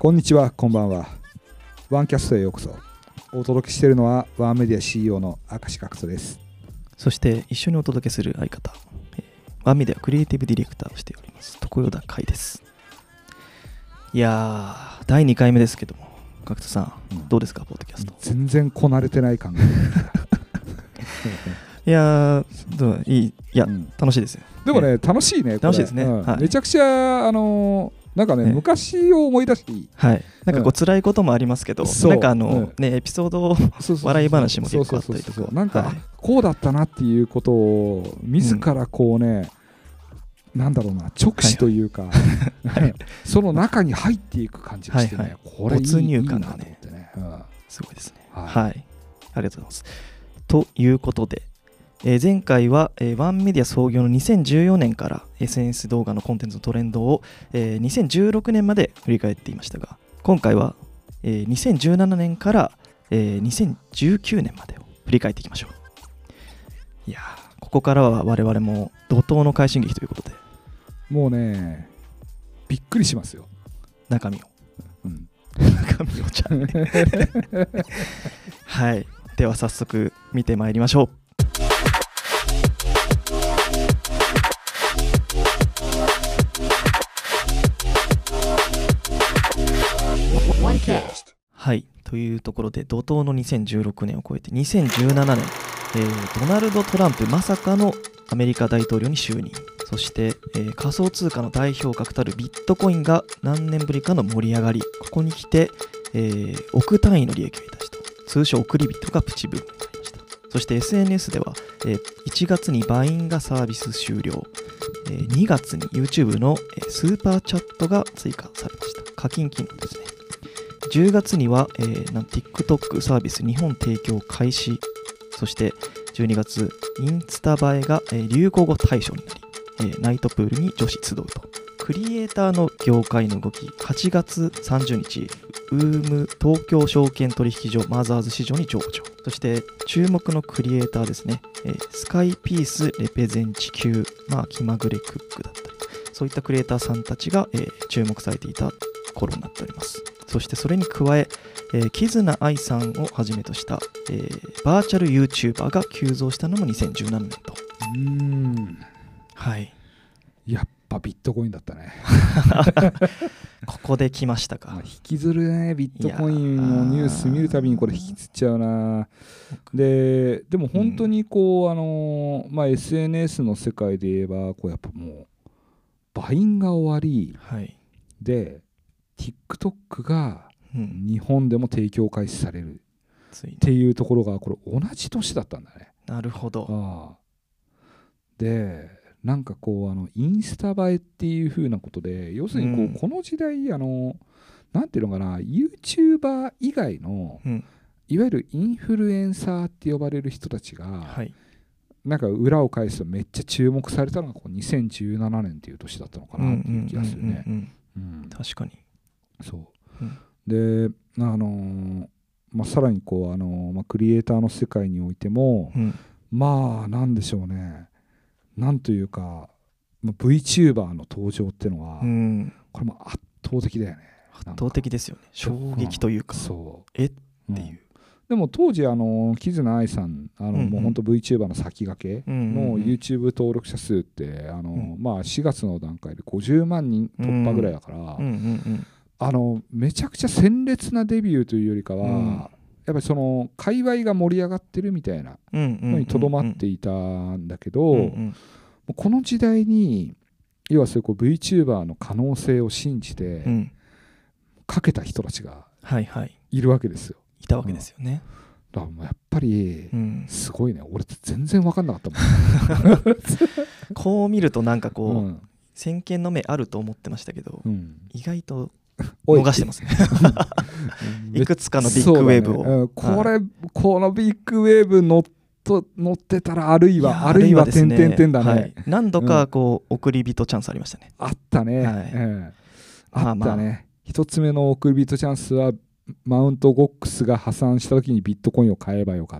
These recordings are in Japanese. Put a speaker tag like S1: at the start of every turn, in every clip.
S1: こんにちは、こんばんは。ワンキャストへようこそ。お届けしているのはワンメディア CEO の明石角人です。
S2: そして一緒にお届けする相方、ワンメディアクリエイティブディレクターをしております常与田海です。いやー、第2回目ですけども、角人さん、どうですか、ポッドキャスト。
S1: 全然こなれてない感が
S2: いやー、いや、楽しいですよ。
S1: でもね、楽しいね。
S2: 楽しいですね、
S1: はい、めちゃくちゃなんかね、昔を思い出し、
S2: はい、なんかこう辛いこともありますけど、なんかエピソード笑い話も結構あったりとか、
S1: なんかこうだったなっていうことを自らこうね、なんだろうな、直視というか、その中に入っていく感じがしてね、これ
S2: 没入感がね、すごいですね。はい、ありがとうございます。ということで、前回は、ワンメディア創業の2014年から SNS 動画のコンテンツのトレンドを、2016年まで振り返っていましたが、今回は、2017年から、2019年までを振り返っていきましょう。いやー、ここからは我々も怒涛の快進撃ということで、
S1: もうね、びっくりしますよ、
S2: 中身を、中身をちゃんねはい、では早速見てまいりましょう。はい、というところで怒涛の2016年を超えて2017年、ドナルド・トランプまさかのアメリカ大統領に就任。そして、仮想通貨の代表格たるビットコインが何年ぶりかの盛り上がり、ここに来て、億単位の利益をいたした通称億りビットがプチブームになりました。そして SNS では、1月にバインがサービス終了、2月に YouTube のスーパーチャットが追加されました。課金機能ですね。10月には、TikTok サービス日本提供開始。そして12月、インスタ映えが、流行語大賞になり、ナイトプールに女子集うと。クリエイターの業界の動き、8月30日、東京証券取引所マザーズ市場に上場。そして注目のクリエイターですね、スカイピース、レペゼン地球、気まぐれクックだったり、そういったクリエイターさんたちが、注目されていた頃になっております。そしてそれに加え、キズナアイさんをはじめとした、バーチャル YouTuber が急増したのも2017年と。はい。
S1: やっぱビットコインだったね
S2: ここで来ましたか。
S1: 引きずるね、ビットコインのニュース見るたびにこれ引きずっちゃうな。でも本当にこう、SNS の世界で言えばこうやっぱもうバインが終わり、でTikTok が日本でも提供開始されるっていうところがこれ同じ年だったんだね。
S2: なるほど。
S1: でなんかこうインスタ映えっていう風なことで、要するにこの時代なんていうのかな、 YouTuber 以外の、いわゆるインフルエンサーって呼ばれる人たちが、なんか裏を返すとめっちゃ注目されたのがこう2017年っていう年だったのかなっていう気がするね。
S2: 確かに
S1: そう、でさらにこうクリエイターの世界においても、なんでしょうね、なんというか、VTuber の登場っていうのは、これも圧倒的だよね。
S2: 圧倒的ですよね。衝撃というか、っていう。
S1: でも当時キズナアイさんもう本当 VTuber の先駆けの YouTube 登録者数って4月の段階で50万人突破ぐらいだから、めちゃくちゃ鮮烈なデビューというよりかは、やっぱりその界隈が盛り上がってるみたいなのにとどまっていたんだけど、この時代に要はそういうこう VTuber の可能性を信じてかけた人たちがいるわけですよ。
S2: いたわけですよね。
S1: だからやっぱりすごいね。俺全然分かんなかったもん
S2: こう見るとなんかこう、先見の目あると思ってましたけど、意外と逃してますねいくつかのビッグウェーブを、
S1: このビッグウェーブ乗ってたらあるいは点々点だね。
S2: 何度かこう送り人チャンスありましたね。
S1: あったね。あったね。一つ目の送り人チャンスはマウントゴックスが破産した時にビットコインを買えばよかった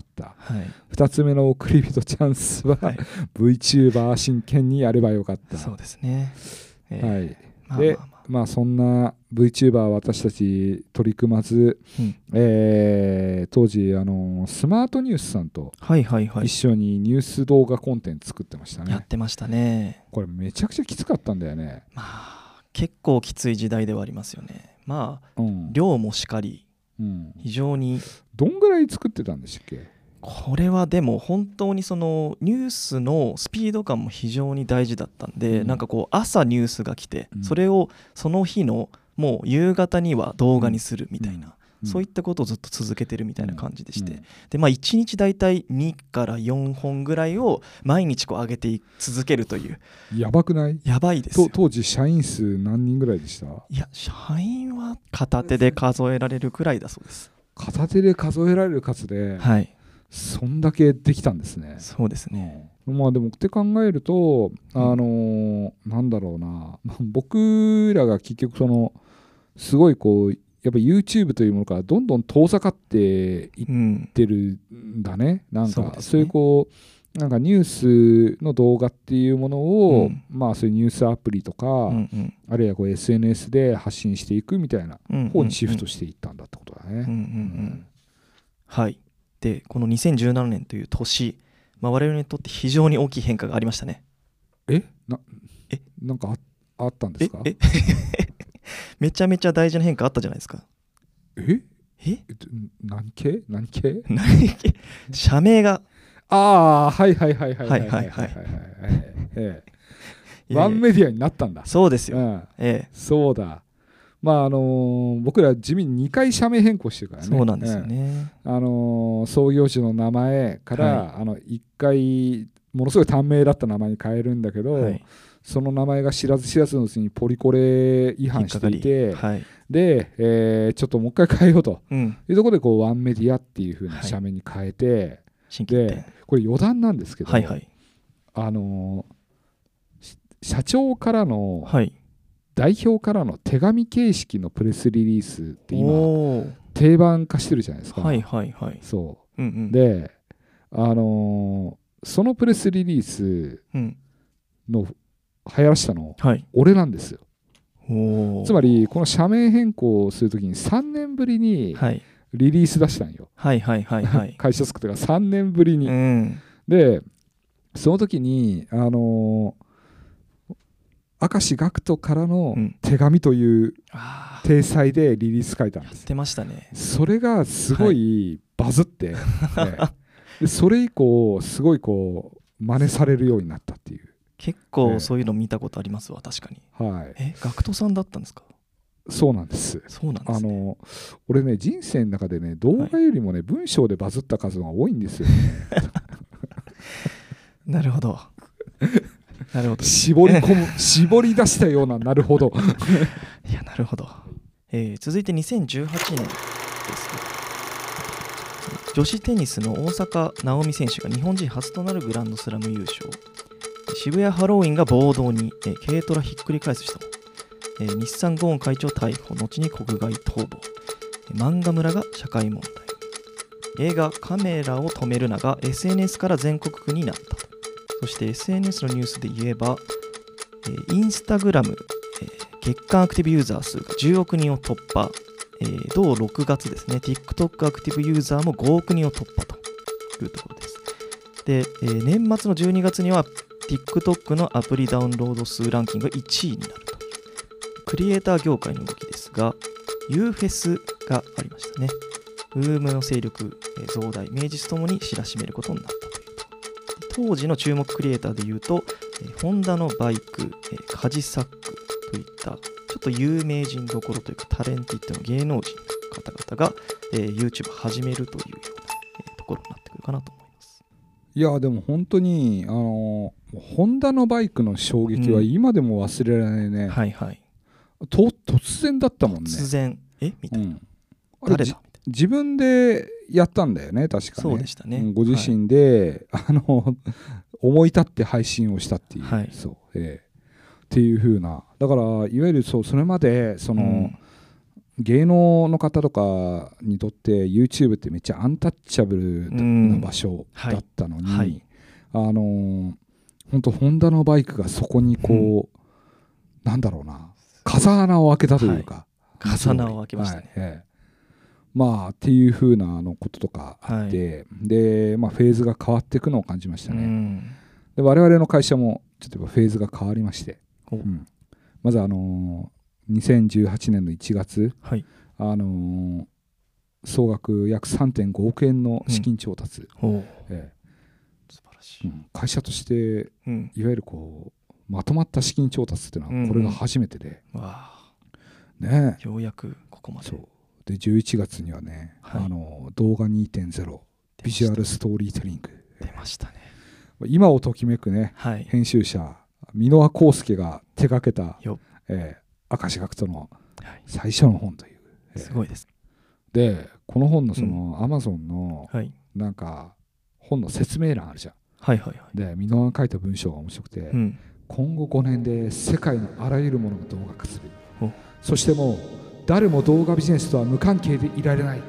S1: 。2つ目の送り人チャンスは、VTuber 真剣にやればよかった。
S2: そうですね。
S1: でそんな VTuber 私たち取り組まず、当時スマートニュースさんと一緒にニュース動画コンテンツ作ってましたね。
S2: やってましたね。
S1: これめちゃくちゃきつかったんだよね。
S2: まあ結構きつい時代ではありますよね。まあ、量もしかり、非常に。
S1: どんぐらい作ってたんでしたっけ？
S2: これはでも本当にそのニュースのスピード感も非常に大事だったんで、なんかこう朝ニュースが来て、それをその日のもう夕方には動画にするみたいな、そういったことをずっと続けてるみたいな感じでして、でまあ1日だいたい2から4本ぐらいを毎日こう上げて続けるという。
S1: やばくない？
S2: やばいですよ。
S1: 当時社員数何人ぐらいでした？
S2: いや社員は片手で数えられるくらいだそうです。
S1: 片手で数えられる数で、はい、そんだけできたんですね。
S2: そうですね。
S1: まあでもって考えるとなんだろうな、僕らが結局そのすごいこうやっぱ YouTube というものからどんどん遠ざかっていってるんだね。なんかそういうこうなんかニュースの動画っていうものを、まあそういうニュースアプリとか、あるいはこう SNS で発信していくみたいな方にシフトしていったんだってことだね。
S2: はい。でこの2017年という年、まあ、我々にとって非常に大きい変化がありましたね。
S1: なんかあったんですか？
S2: めちゃめちゃ大事な変化あったじゃないですか。
S1: 何系
S2: 社名が
S1: はいワンメディアになったんだ。
S2: そうですよ。
S1: そうだ。まあ僕ら地味に2回社名変更してるからね。
S2: そうなんですよね。
S1: 創業時の名前から、1回ものすごい短命だった名前に変えるんだけど、その名前が知らず知らずのうちにポリコレ違反していて、で、ちょっともう一回変えようというところでこうワンメディアっていう風な社名に変えて、でこれ余談なんですけど、社長からの、代表からの手紙形式のプレスリリースって今定番化してるじゃないですか。そう、でそのプレスリリースの流行らしたの、俺なんですよ。つまりこの社名変更をするときに3年ぶりにリリース出したんよ。会社作ってから3年ぶりに。でその時に明石学徒からの手紙という体裁でリリース書いたんです。
S2: やってましたね。
S1: それがすごいバズって、でそれ以降すごいこう真似されるようになったっていう。
S2: 結構そういうの見たことありますわ、確かに。学徒さんだったんですか？そうなんです。
S1: 俺ね、人生の中でね、動画よりもね、文章でバズった数が多いんですよね。
S2: なるほど。なるほど。
S1: 絞り出したような、なるほど。
S2: いや、なるほど。続いて2018年ですね。女子テニスの大坂なおみ選手が日本人初となるグランドスラム優勝。渋谷ハロウィンが暴動に、軽トラひっくり返す人、日産ゴーン会長逮捕、後に国外逃亡、漫画村が社会問題、映画カメラを止めるなが SNS から全国区になった。そして SNS のニュースで言えば、インスタグラム、月間アクティブユーザー数が10億人を突破、同6月ですね、TikTok アクティブユーザーも5億人を突破というところです。で、年末の12月にはTikTok のアプリダウンロード数ランキングが1位になるというクリエイター業界の動きですが、UFES がありましたね。UM の勢力増大、名実ともに知らしめることになったというと。当時の注目クリエイターでいうと、ホンダのバイク、カジサックといったちょっと有名人どころというかタレントの芸能人の方々が、YouTube を始めるというような、ところになってくるかなと思います。
S1: いやでも本当にホンダのバイクの衝撃は今でも忘れられないね。突然だったもんね。
S2: 突然みたいな、誰だ
S1: 自分でやったんだよね、確かね。
S2: そうでしたね。
S1: ご自身で、思い立って配信をしたっていう、っていう風な。だからいわゆるそれまで芸能の方とかにとって YouTube ってめっちゃアンタッチャブルな場所だったのに、本当ホンダのバイクがそこにこう、なんだろうな、風穴を開けたというか、
S2: 花を開けましたね。
S1: まあっていう風なこととかあって、で、まあ、フェーズが変わっていくのを感じましたね。で我々の会社もちょっとフェーズが変わりまして、まず2018年の1月、総額約 3.5 億円の資金調達、素晴らしい、会社として、いわゆるこうまとまった資金調達っていうのはこれが初めてで、ね、
S2: ようやくここまで。
S1: そうで11月にはね、動画 2.0 ビジュアルストーリーテリング
S2: 出ましたね。
S1: 今をときめくね、編集者箕輪康介が手掛けた明石学徒の最初の本という、
S2: すごいです。
S1: でこの本のそのアマゾンのなんか本の説明欄あるじゃん。で箕輪が書いた文章が面白くて、今後5年で世界のあらゆるものが動画化する。そしてもう誰も動画ビジネスとは無関係でいられない。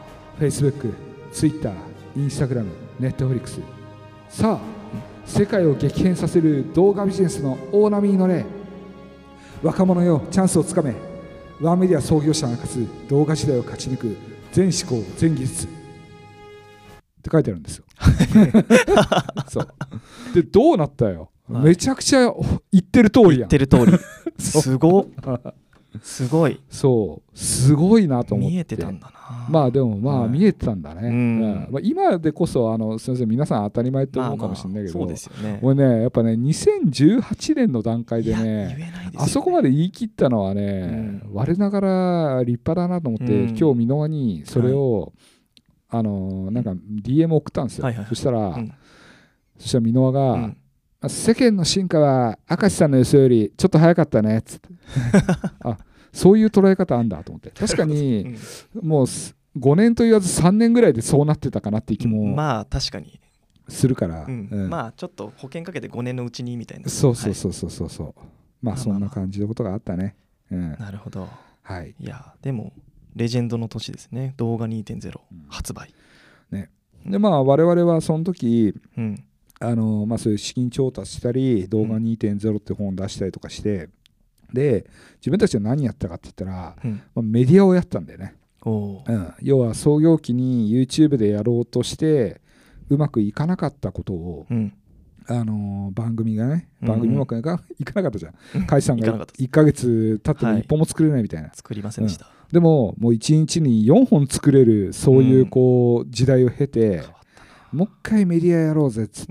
S1: Facebook、Twitter、Instagram、Netflix、さあ世界を激変させる動画ビジネスの大波に乗れ。若者よチャンスをつかめ。ワンメディア創業者が明かす動画時代を勝ち抜く全思考全技術って書いてあるんですよ。そうでどうなったよ、めちゃくちゃ言ってる通りやん。
S2: 言ってる通りすごすごい。
S1: そうすごいなと思って。
S2: 見えてたんだな。
S1: まあでもまあ見えてたんだね。まあ、今でこそすみません皆さん当たり前と思うかもしれないけど、
S2: そうですよね。
S1: 俺ねやっぱね2018年の段階でね、あそこまで言い切ったのはね、我ながら立派だなと思って、今日箕輪にそれを、なんか DM 送ったんですよ。そしたら箕輪が、世間の進化は明石さんの予想よりちょっと早かったねっつってあ、そういう捉え方あんだと思って。確かにもう5年と言わず3年ぐらいでそうなってたかなっていう気も
S2: まあ確かに
S1: するから、
S2: まあちょっと保険かけて5年のうちにみたいな。
S1: そうまあそんな感じのことがあったね。
S2: なるほど。
S1: はい。
S2: いやでもレジェンドの年ですね。動画 2.0 発売
S1: ね。でまあ我々はその時まあ、そういう資金調達したり動画 2.0 って本を出したりとかして、で自分たちは何やったかって言ったら、まあ、メディアをやったんだよね。要は創業期に YouTube でやろうとしてうまくいかなかったことを、番組がねうまくいかなかったじゃん。甲斐さんが1ヶ月経っても1本も作れないみたいな、
S2: 作りませんでした。
S1: でももう1日に4本作れるそういうこう時代を経て、もう一回メディアやろうぜっつって、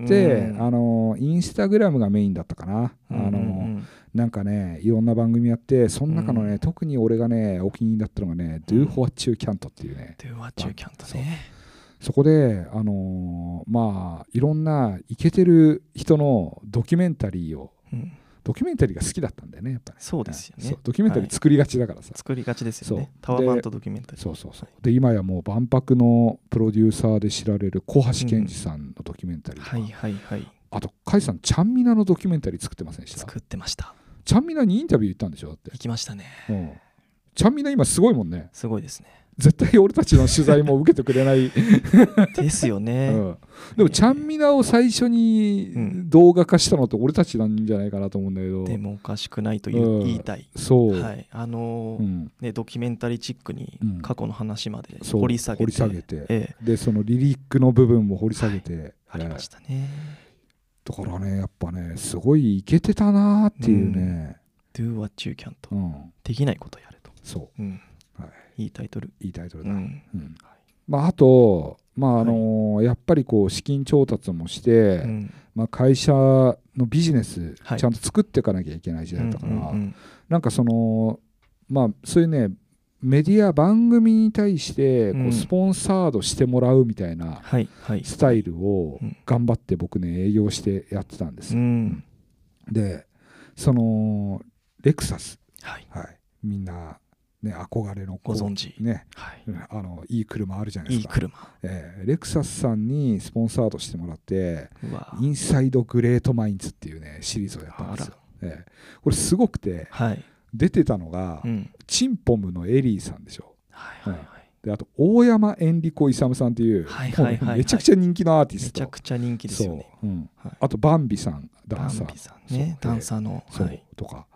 S1: インスタグラムがメインだったかな。なんかねいろんな番組やって、その中のね、特に俺がねお気に入りだったのがね、Do What You Can't っていうね、
S2: Do What You Can't ね。
S1: そこでまあいろんなイケてる人のドキュメンタリーを、ドキュメンタリーが好きだったんだよねやっぱり。
S2: そうですよね。
S1: ドキュメンタリー作りがちだからさ。
S2: 作りがちですよね。タワマンとドキュメンタリー。
S1: そうで今やもう万博のプロデューサーで知られる小橋健二さんのドキュメンタリーとか、あと甲斐さんちゃんみなのドキュメンタリー作ってませんでした？
S2: 作ってました。
S1: ちゃんみなにインタビュー行ったんでしょ？だって
S2: 行きましたね。
S1: ちゃんみな今すごいもんね。
S2: すごいですね。
S1: 絶対俺たちの取材も受けてくれない
S2: ですよね。
S1: でもちゃんみなを最初に動画化したのって俺たちなんじゃないかなと思うんだけど、
S2: でもおかしくないと言いたい。
S1: そう、
S2: はい、ね、ドキュメンタリーチックに過去の話まで掘り下げて、
S1: でそのリリックの部分も掘り下げて、
S2: ありましたね。
S1: だからねやっぱねすごいイケてたなっていうね。
S2: Do what you can と、できないことやれと。
S1: そう、
S2: いいタイトル
S1: だ。まああとまあやっぱりこう資金調達もして、まあ会社のビジネスちゃんと作っていかなきゃいけない時代だったから、なんかまあそういうねメディア番組に対してこうスポンサードしてもらうみたいなスタイルを頑張って僕ね営業してやってたんです。でレクサス、みんなね、憧れの
S2: ご存知
S1: ね、いい車あるじゃないですか。レクサスさんにスポンサードしてもらってインサイドグレートマインズっていうねシリーズをやったんですよ。これすごくて、出てたのが、チンポムのエリーさんでしょ。であと大山エンリコイサムさんっていうめちゃくちゃ人気のアーティスト。
S2: めちゃくちゃ人気ですよね。
S1: あとバンビさんダンサー
S2: の、
S1: とか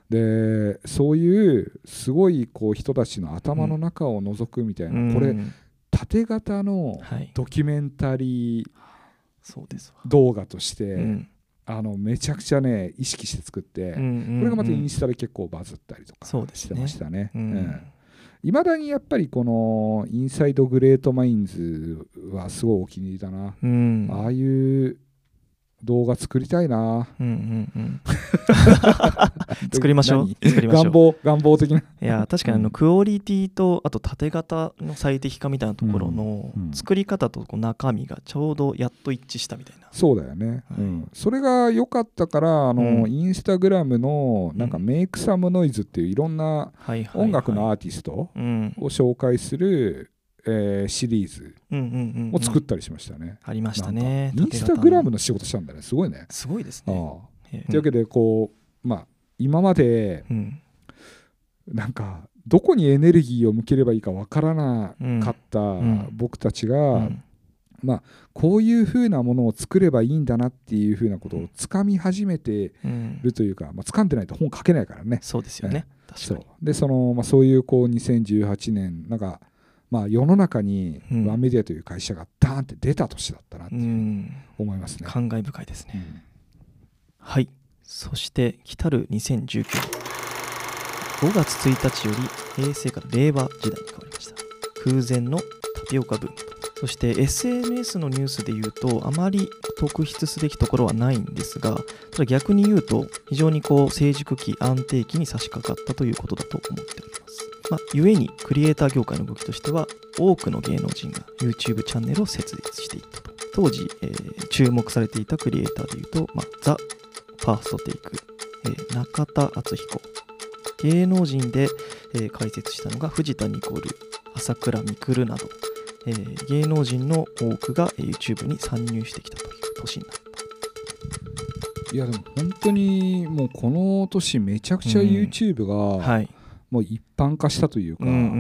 S1: でそういうすごいこう人たちの頭の中を覗くみたいな、これ縦型のドキュメンタリー動画として、めちゃくちゃね意識して作って、これがまたインスタで結構バズったりとかしてましたね。いまだにやっぱりこのインサイドグレートマインズはすごいお気に入りだな。ああいう動画作りたいな。
S2: 作りましょう。
S1: 願望的な。
S2: いや確かにクオリティとあと縦型の最適化みたいなところの作り方とこう中身がちょうどやっと一致したみたいな。
S1: そうだよね。それが良かったからインスタグラムのなんかメイクサムノイズっていういろんな音楽のアーティストを紹介するシリーズを作ったりしましたね。
S2: ありましたね。
S1: インスタグラムの仕事したんだね。すごいね。
S2: すごいですね。
S1: というわけでこう、今までなんかどこにエネルギーを向ければいいかわからなかった僕たちが、こういうふうなものを作ればいいんだなっていうふうなことをつかみ始めてるというか、掴んでないと本書けないからね。
S2: そうですよね。確かに。
S1: でそういうこう2018年なんか世の中にワンメディアという会社がダーンって出た年だったなって思いますね。
S2: 感慨深いですね。はい。そして来たる2019年5月1日より平成から令和時代に変わりました。空前のタピオカブーム。そして SNS のニュースで言うとあまり特筆すべきところはないんですが、ただ逆に言うと非常に成熟期安定期に差し掛かったということだと思っております。故にクリエイター業界の動きとしては多くの芸能人が YouTube チャンネルを設立していったと。当時、注目されていたクリエイターでいうと、ザ・ファーストテイク、中田敦彦、芸能人で、解説したのが藤田ニコル、朝倉未来など、芸能人の多くが YouTube に参入してきたという年になった。
S1: いやでも本当にもうこの年めちゃくちゃ YouTube が、もう一般化したというか、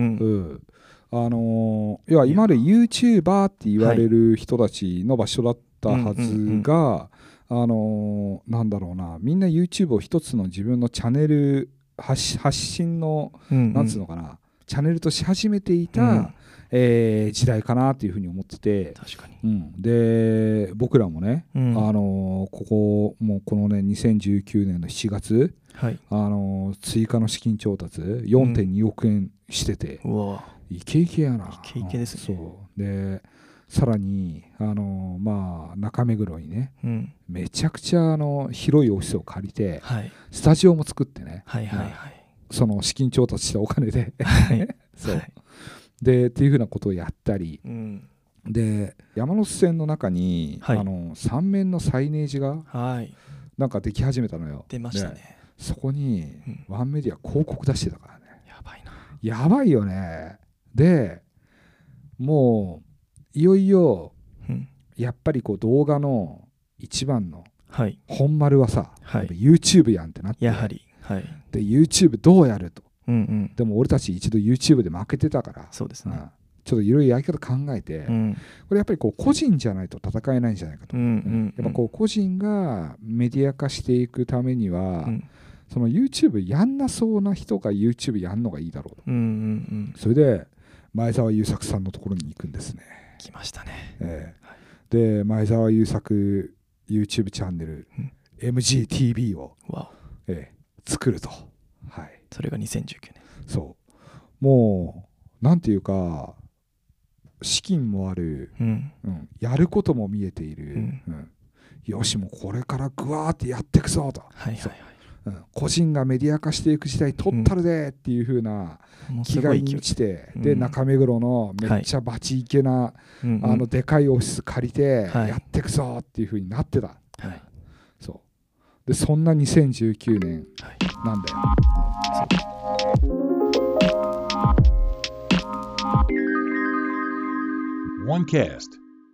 S1: 要は今まで YouTuber って言われる人たちの場所だったはずが、なんだろうな、みんな YouTube を一つの自分のチャンネル発信の、なんつうのかな、チャンネルとし始めていた、時代かなというふうに思ってて、
S2: 確かに、
S1: で僕らもね、このね2019年の7月、追加の資金調達 4.2 億円してて、イケイケやな。
S2: イケイケですね。
S1: そうでさらに中目黒にね、めちゃくちゃ広いオフィスを借りて、スタジオも作ってね、その資金調達したお金でそうでっていうふうなことをやったり、で山手線の中に、3面のサイネージがなんかでき始めたのよ。
S2: 出ましたね。
S1: そこにワンメディア広告出してたからね。
S2: やばいな。
S1: やばいよね。でもういよいよ、やっぱり動画の一番の本丸はさ、YouTube やんってなって、
S2: やはり、
S1: で YouTube どうやると、でも俺たち一度 YouTube で負けてたから、
S2: そうですね、
S1: ちょっといろいろやり方考えて、これやっぱり個人じゃないと戦えないんじゃないかと、やっぱ個人がメディア化していくためには、その YouTube やんなそうな人が YouTube やんのがいいだろうと、それで前澤友作さんのところに行くんですね。
S2: 来ましたね。
S1: で前澤友作 YouTube チャンネル、MGTV を、作ると、
S2: それが2019年。
S1: そうもうなんていうか資金もある、やることも見えている、よしもうこれからグワーってやっていくぞと、個人がメディア化していく時代取ったるでっていう風な気概に満ちて、で中目黒のめっちゃバチイケな、でかいオフィス借りてやっていくぞっていう風になってた、そうでそんな2019年なんだよ、OneCast。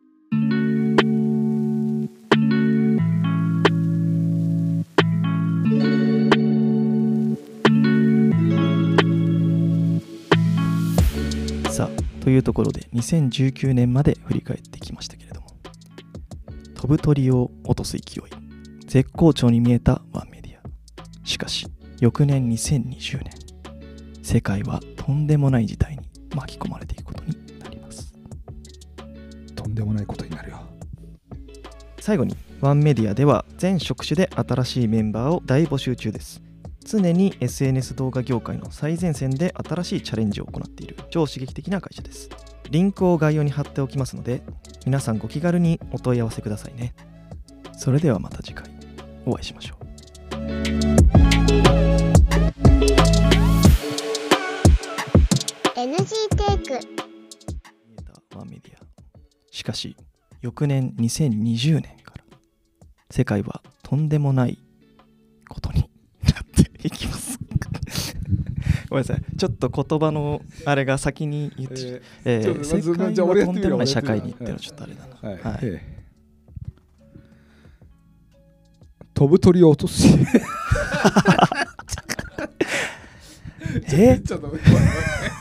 S2: さあというところで2019年まで振り返ってきましたけれども、飛ぶ鳥を落とす勢い、絶好調に見えたワンメディア。しかし翌年2020年、世界はとんでもない事態に巻き込まれていくことになります。
S1: とんでもないことになるよ。
S2: 最後にワンメディアでは全職種で新しいメンバーを大募集中です。常に SNS 動画業界の最前線で新しいチャレンジを行っている超刺激的な会社です。リンクを概要に貼っておきますので、皆さんご気軽にお問い合わせくださいね。それではまた次回お会いしましょう。
S3: NG テイク。
S2: ワンメディア。しかし翌年2020年から世界はとんでもないことになっていきますごめんなさい、ちょっと言葉のあれが先に言って、世界はとんでもない社会にっていうのはちょっとあれだな。はい、
S1: 飛ぶ鳥を落とすしちょっと